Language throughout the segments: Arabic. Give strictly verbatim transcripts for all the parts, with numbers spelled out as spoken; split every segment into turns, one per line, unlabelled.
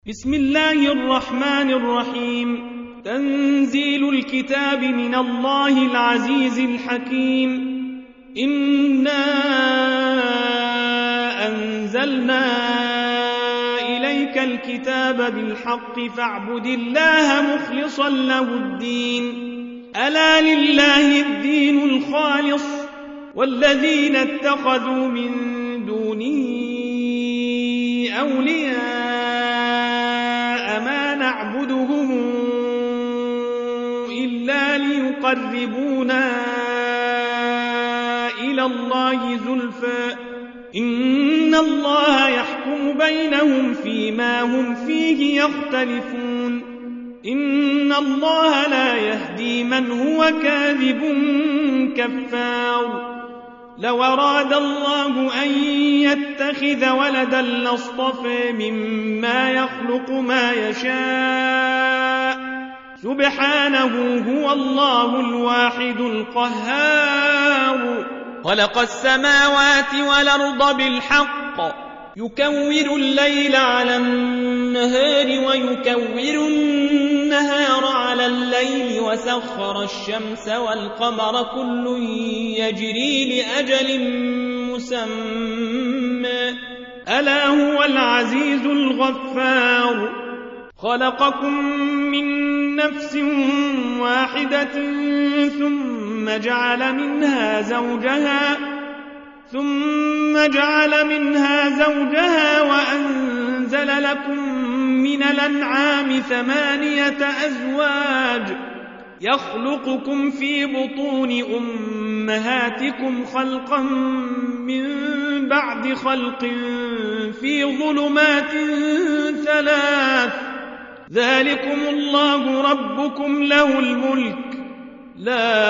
بسم الله الرحمن الرحيم. تنزيل الكتاب من الله العزيز الحكيم. إنا أنزلنا إليك الكتاب بالحق فاعبد الله مخلصا له الدين. ألا لله الدين الخالص والذين اتخذوا من دونه أولياء ما نعبدهم إلا ليقربونا إلى الله زلفى إن الله يحكم بينهم فيما هم فيه يختلفون. إن الله لا يهدي من هو كاذب كفار. لو أراد الله أن يتخذ ولدا لاصطفى مما يخلق ما يشاء سبحانه هو الله الواحد القهار. خلق السماوات والأرض بالحق يكور الليل على النهار ويكور النهار على الليل وسخر الشمس والقمر كل يجري لأجل مسمى ألا هو العزيز الغفار. خلقكم من نفس واحدة ثم جعل منها زوجها ثم جعل منها زوجها وأنزل لكم من الأنعام ثمانية أزواج يخلقكم في بطون أمهاتكم خلقا من بعد خلق في ظلمات ثلاث ذلكم الله ربكم له الملك لا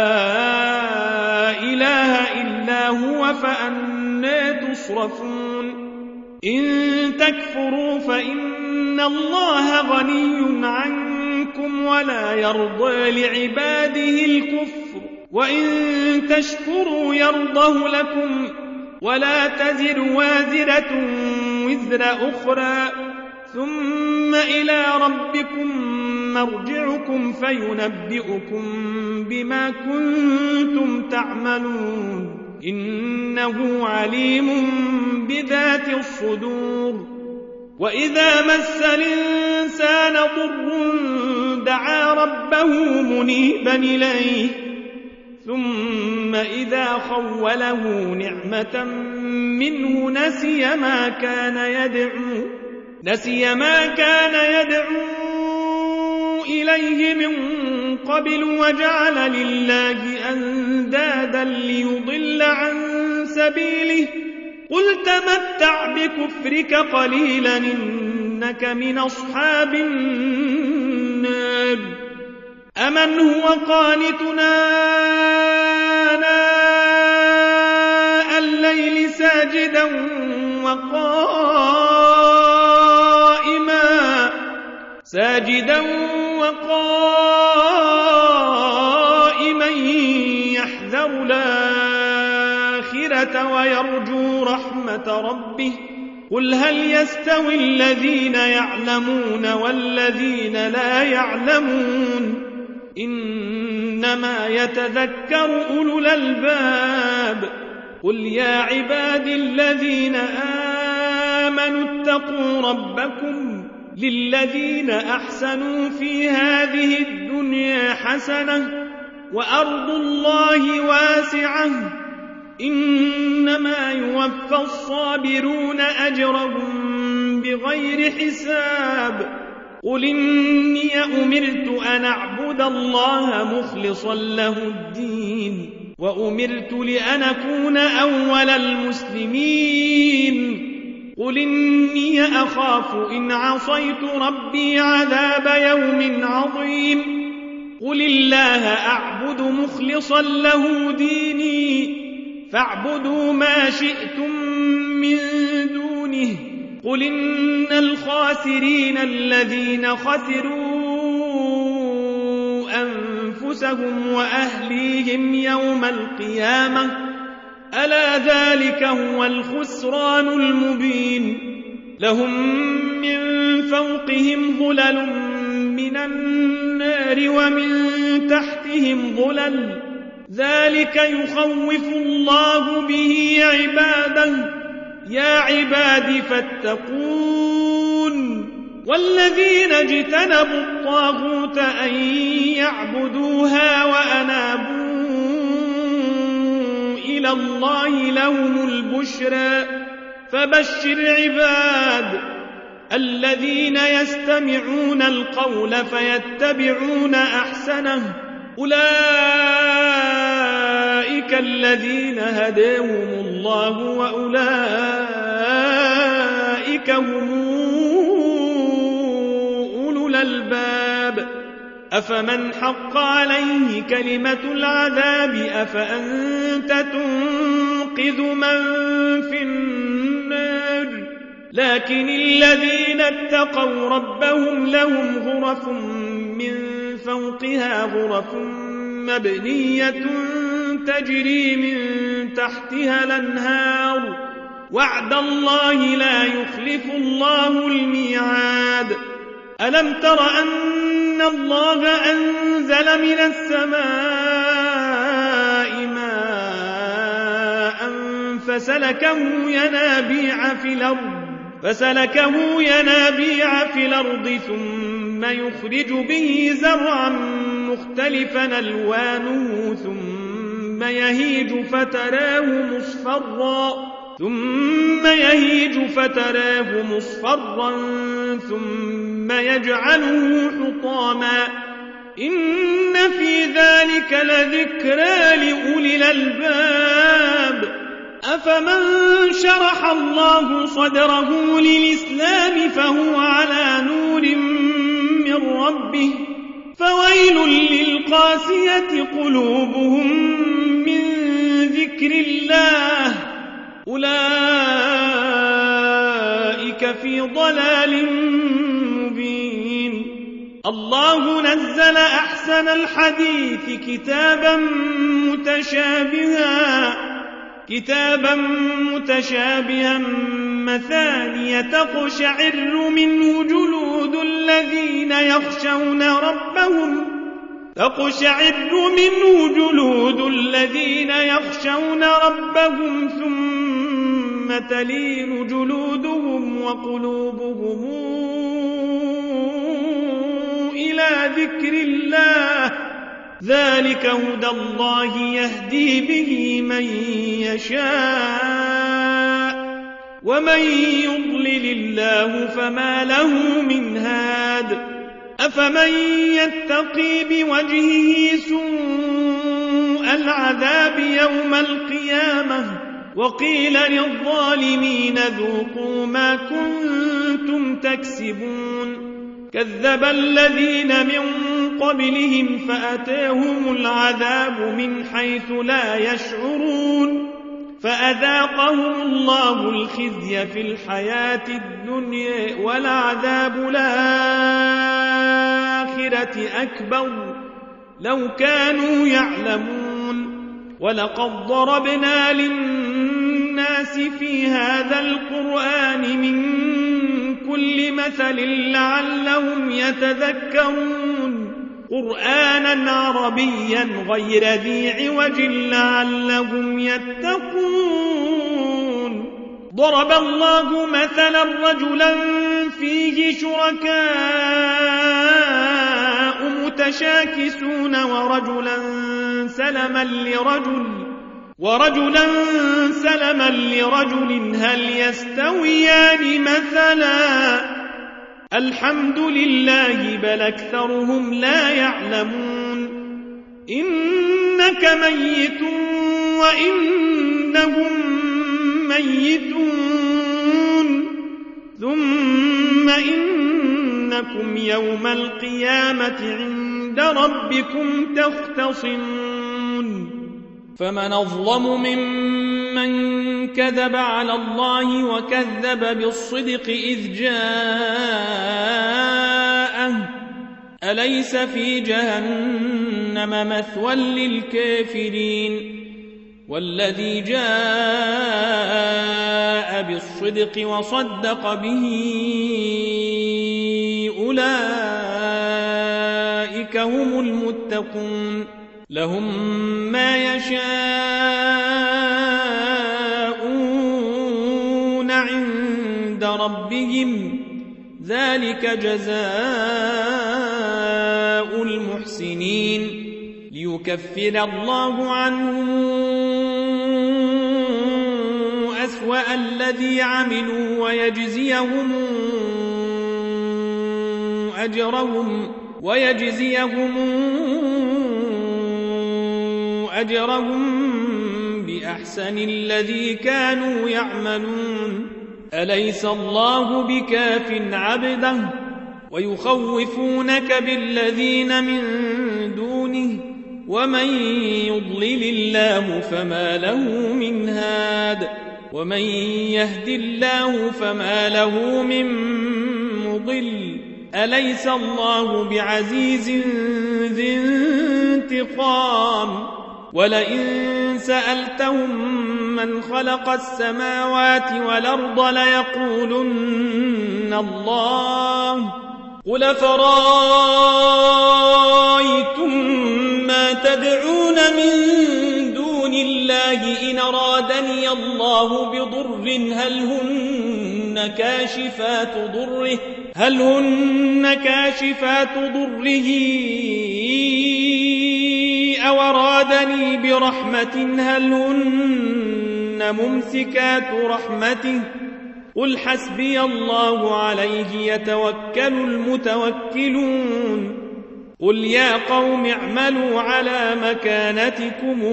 إله إلا هو فأنى تصرفون. إن تكفروا فإن الله غني عنكم ولا يرضى لعباده الكفر وإن تشكروا يرضه لكم ولا تزر وازرة وزر أخرى ثم إلى ربكم مرجعكم فينبئكم بما كنتم تعملون إنه عليم بذات الصدور. وإذا مس الإنسان ضر دعا ربه منيبا إليه ثم إذا خوله نعمة منه نسي ما كان يدعو نسي ما كان يدعو إليه من قبل وجعل لله أندادا ليضل عن سبيله قل تمتع بكفرك قليلا إنك من أصحاب النار. أمن هو قانتنا آناء الليل ساجدا وقائما ساجدا وقائما يحذر الآخرة ويرجو رحمة ربه قل هل يستوي الذين يعلمون والذين لا يعلمون إنما يتذكر أولو الألباب. قل يا عباد الذين آمنوا اتقوا ربكم للذين أحسنوا في هذه الدنيا حسنة وأرض الله واسعة إنما يوفى الصابرون أجرهم بغير حساب. قل إني أمرت أن أعبد الله مخلصا له الدين وأمرت لأن أكون أول المسلمين. قل إني أخاف إن عصيت ربي عذاب يوم عظيم. قل الله أعبد مخلصا له ديني فاعبدوا ما شئتم من دونه. قل إن الخاسرين الذين خسروا أنفسهم وأهليهم يوم القيامة ألا ذلك هو الخسران المبين. لهم من فوقهم ظلل من النار ومن تحتهم ظلل ذلك يخوف الله به عباده يا عباد فاتقون والذين اجتنبوا الطاغوت أن يعبدوها وأنابوا إلى الله لهم البشرى فبشر عباد الذين يستمعون القول فيتبعون أحسنه أولئك الذين هداهم الله وأولئك هم أولو الألباب أفمن حق عليه كلمة العذاب أفأنت تنقذ من في النار لكن الذين اتقوا ربهم لهم غرف من فوقها غرف مبنية تجري من تحتها الأنهار وعد الله لا يخلف الله الميعاد ألم تر أن الله أنزل من السماء ماء فسلكه ينابيع في الأرض فسلكه ينابيع في الأرض ثم يخرج به زرعا مختلفا ألوانه ثم يهيج فتراه مصفرا ثم يهيج فتراه مصفرا ثم يجعله حطاما إن في ذلك لذكرى لأولي الألباب أفمن شرح الله صدره للإسلام فهو على نور من ربه فويل للقاسية قلوبهم من ذكر الله أولئك في ضلال مبين الله نزل أحسن الحديث كتابا متشابها كتابا متشابها مثانية تقشعر منه جلود الذين يخشون ربهم تقشعر منه جلود الذين يخشون ربهم ثم تلين جلودهم وقلوبهم إلى ذكر الله ذلك هدى الله يهدي به من يشاء ومن يضلل الله فما له من هاد أفمن يتقي بوجهه سوء العذاب يوم القيامة وقيل للظالمين ذوقوا ما كنتم تكسبون كذب الذين من قبلهم فأتاهم العذاب من حيث لا يشعرون فأذاقهم الله الخزي في الحياة الدنيا ولعذاب الآخرة أكبر لو كانوا يعلمون ولقد ضربنا للناس في هذا القرآن من كل مثل لعلهم يتذكرون قرآنا عربيا غير ذي عوج لعلهم يتقون ضرب الله مثلا رجلا فيه شركاء متشاكسون ورجلا سلما لرجل ورجلا سلما لرجل هل يستويان مثلا الحمد لله بل أكثرهم لا يعلمون إنك ميت وإنهم ميتون ثم إنكم يوم القيامة عند ربكم تختصمون فمن أظلم ممن كذب على الله وكذب بالصدق إذ جاءه أليس في جهنم مثوى للكافرين والذي جاء بالصدق وصدق به أولئك هم المتقون لهم ما يشاءون عند ربهم ذلك جزاء المحسنين ليكفر الله عنهم أسوأ الذي عملوا ويجزيهم أجرهم ويجزيهم أجرهم بأحسن الذي كانوا يعملون أليس الله بكاف عبده ويخوفونك بالذين من دونه ومن يضلل الله فما له من هاد ومن يهد الله فما له من مضل أليس الله بعزيز ذي انتقام ولئن سألتهم من خلق السماوات والأرض ليقولن الله قل فرأيتم ما تدعون من دون الله إن أرادني الله بضر هل هن كاشفات ضره هل هن كاشفات ضره أو أرادني برحمة هل هن ممسكات رحمته قل حسبي الله عليه يتوكل المتوكلون قل يا قوم اعملوا على مكانتكم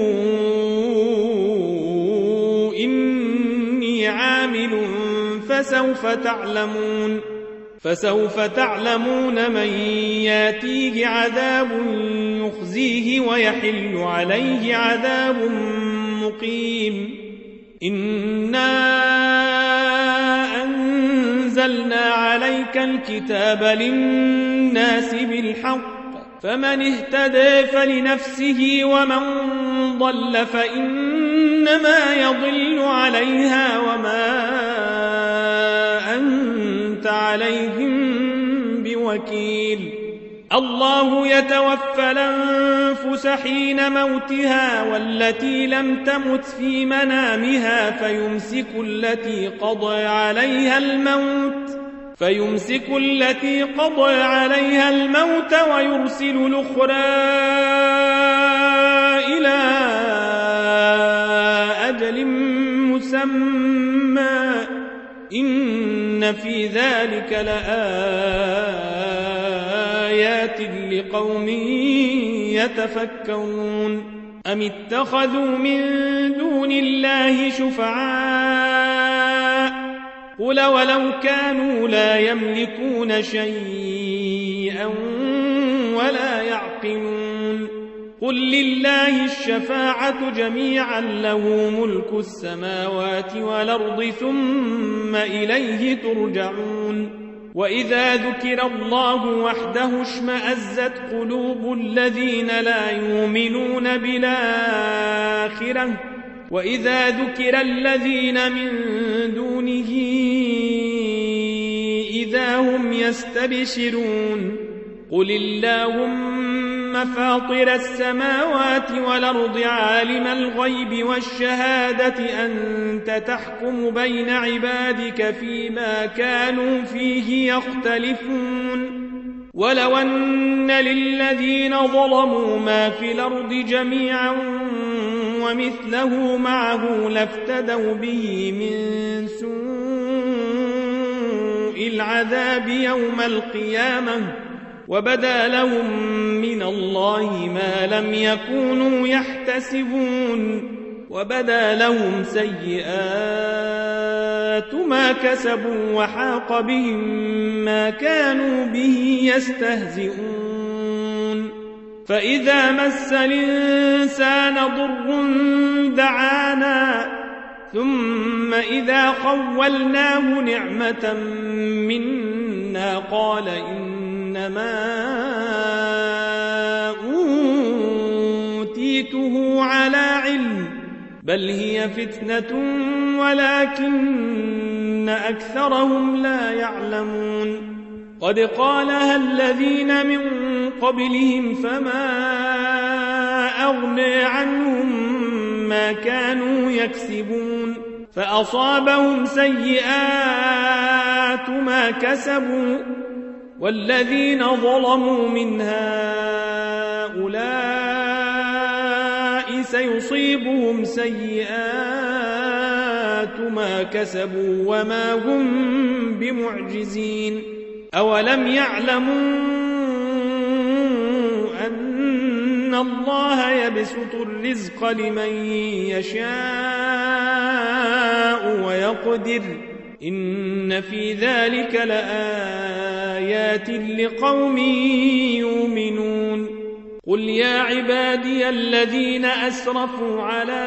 إني عامل فسوف تعلمون فسوف تعلمون من ياتيه عذاب يخزيه ويحل عليه عذاب مقيم إنا أنزلنا عليك الكتاب للناس بالحق فمن اهتدى فلنفسه ومن ضل فإنما يضل عليها وما أنت عليهم بوكيل الله يتوفى الأنفس حين موتها والتي لم تمت في منامها فيمسك التي قضى عليها الموت فيمسك التي قضى عليها الموت ويرسل الأخرى إلى أجل مسمى إن في ذلك لآيات لقوم يتفكرون أم اتخذوا من دون الله شفعاء قل ولو كانوا لا يملكون شيئا ولا يعقلون قل لله الشفاعة جميعا له ملك السماوات والأرض ثم إليه ترجعون وإذا ذكر الله وحده اشمأزت قلوب الذين لا يؤمنون بالآخرة وإذا ذكر الذين من دونه إذا هم يستبشرون قل اللهم فاطر السماوات والأرض عالم الغيب والشهادة أنت تحكم بين عبادك فيما كانوا فيه يختلفون ولو أن للذين ظلموا ما في الأرض جميعا ومثله معه لافتدوا به من سوء العذاب يوم القيامة وبدا لهم من الله ما لم يكونوا يحتسبون وبدا لهم سيئات ما كسبوا وحاق بهم ما كانوا به يستهزئون فإذا مس الإنسان ضر دعانا ثم إذا خولناه نعمة منا قال إنما أوتيته على علم بل هي فتنة ولكن أكثرهم لا يعلمون قد قالها الذين من قبلهم فما أغنى عنهم ما كانوا يكسبون فأصابهم سيئات ما كسبوا والذين ظلموا من هؤلاء سيصيبهم سيئات ما كسبوا وما هم بمعجزين أولم يعلموا أن الله يبسط الرزق لمن يشاء ويقدر إن في ذلك لآيات لقوم يؤمنون قل يا عبادي الذين أسرفوا على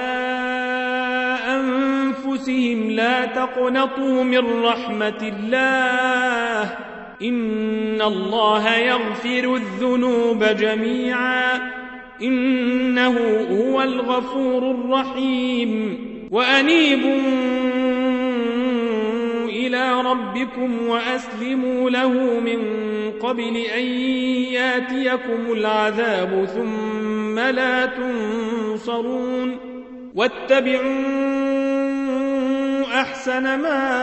أنفسهم لا تقنطوا من رحمة الله إن الله يغفر الذنوب جميعا إنه هو الغفور الرحيم وأنيبوا إلى ربكم وأسلموا له من قبل أن ياتيكم العذاب ثم لا تنصرون واتبعوا أحسن ما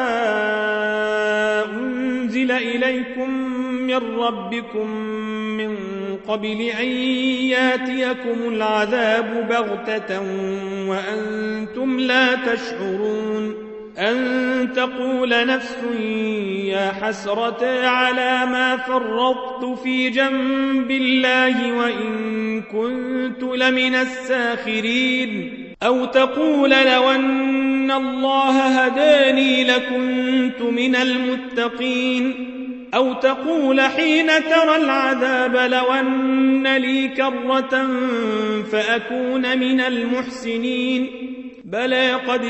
أنزل إليكم من ربكم من قبل أن ياتيكم العذاب بغتة وأنتم لا تشعرون أن تقول نفس يا حسرة على ما فرطت في جنب الله وإن كنت لمن الساخرين أو تقول لو أن الله هداني لكنت من المتقين أو تقول حين ترى العذاب لو أن لي كرة فأكون من المحسنين بلى قد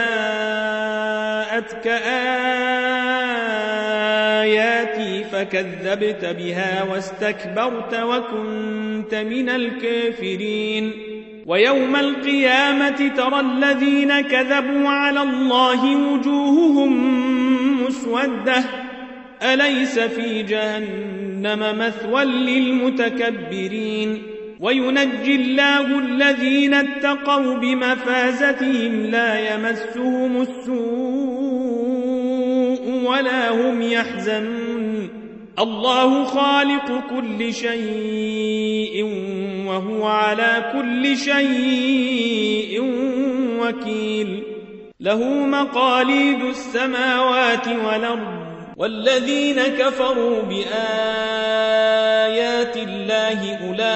جاءتك آياتي فكذبت بها واستكبرت وكنت من الكافرين ويوم القيامة ترى الذين كذبوا على الله وجوههم مسودة أليس في جهنم مثوى للمتكبرين وينجي الله الذين اتقوا بمفازتهم لا يمسهم السوء ولا هم يحزنون الله خالق كل شيء وهو على كل شيء وكيل له مقاليد السماوات والأرض والذين كفروا بآيات الله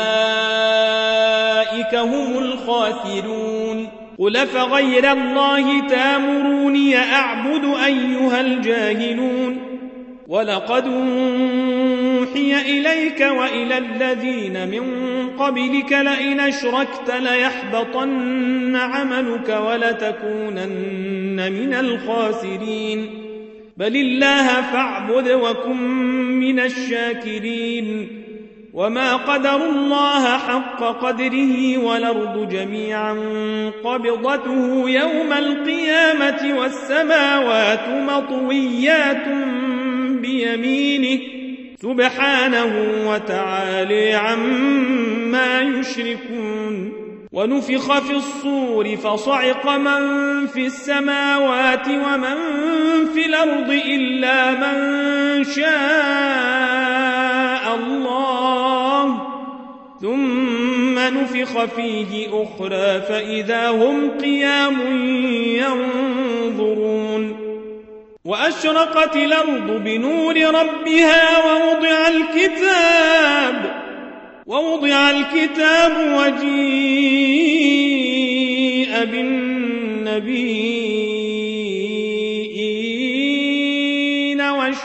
أولئك هم الخاسرون قل فغير الله تامروني أعبد أيها الجاهلون ولقد أوحي إليك وإلى الذين من قبلك لئن أشركت ليحبطن عملك ولتكونن من الخاسرين بل الله فاعبد وكن من الشاكرين وما قدروا الله حق قدره والأرض جميعا قبضته يوم القيامة والسماوات مطويات بيمينه سبحانه وتعالى عما يشركون ونفخ في الصور فصعق من في السماوات ومن في الأرض إلا من شاء الله ثم نفخ فيه أخرى فإذا هم قيام ينظرون وأشرقت الأرض بنور ربها ووضع الكتاب ووضع الكتاب وجيء بالنبيين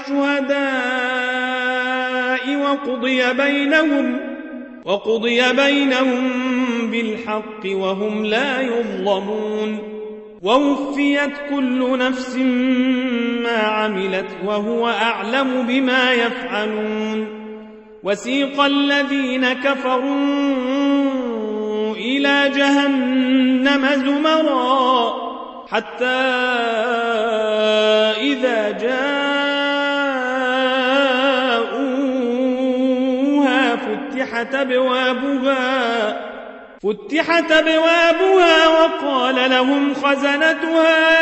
والشهداء وقضي بينهم وقضي بينهم بالحق وهم لا يظلمون ووفيت كل نفس ما عملت وهو أعلم بما يفعلون وسيق الذين كفروا إلى جهنم زمرا حتى إذا جاءوها فتحت أبوابها فتحت أبوابها وقال لهم خزنتها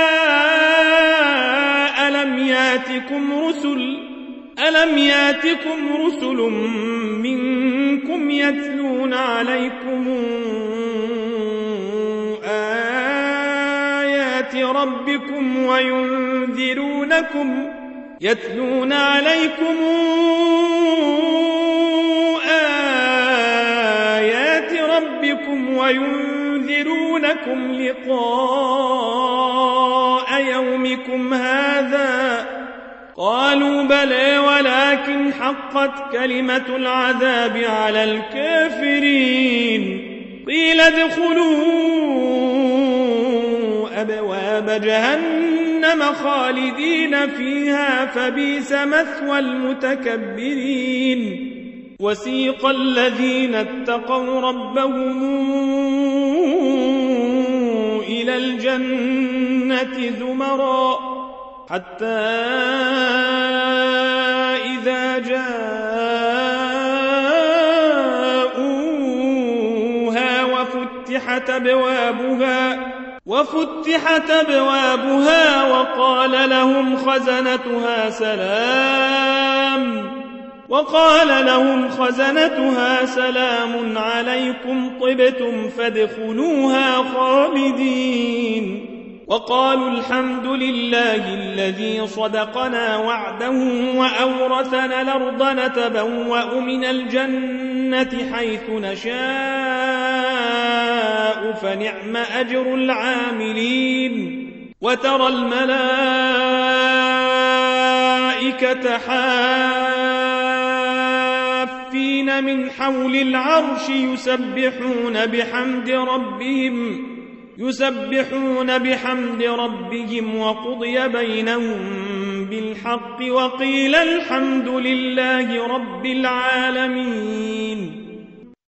ألم ياتكم رسل ألم ياتكم رسل منكم يتلون عليكم آيات ربكم وينذرونكم يتلون عليكم آيات ربكم وينذرونكم لقاء يومكم هذا قالوا بلى ولكن حقت كلمة العذاب على الكافرين قيل ادخلوا أبواب جهنم خالدين فيها فبئس مثوى المتكبرين وسيق الذين اتقوا ربهم إلى الجنة زمرا حتى إذا جاءوها وفتحت أبوابها وفتحت أبوابها وقال لهم خزنتها سلام وقال لهم خزنتها سلام عليكم طبتم فادخلوها خالدين وقالوا الحمد لله الذي صدقنا وعده وأورثنا الأرض نتبوأ من الجنة حيث نشاء فنعم أجر العاملين وترى الملائكة حافين من حول العرش يسبحون بحمد ربهم يسبحون بحمد ربهم وقضي بينهم بالحق وقيل الحمد لله رب العالمين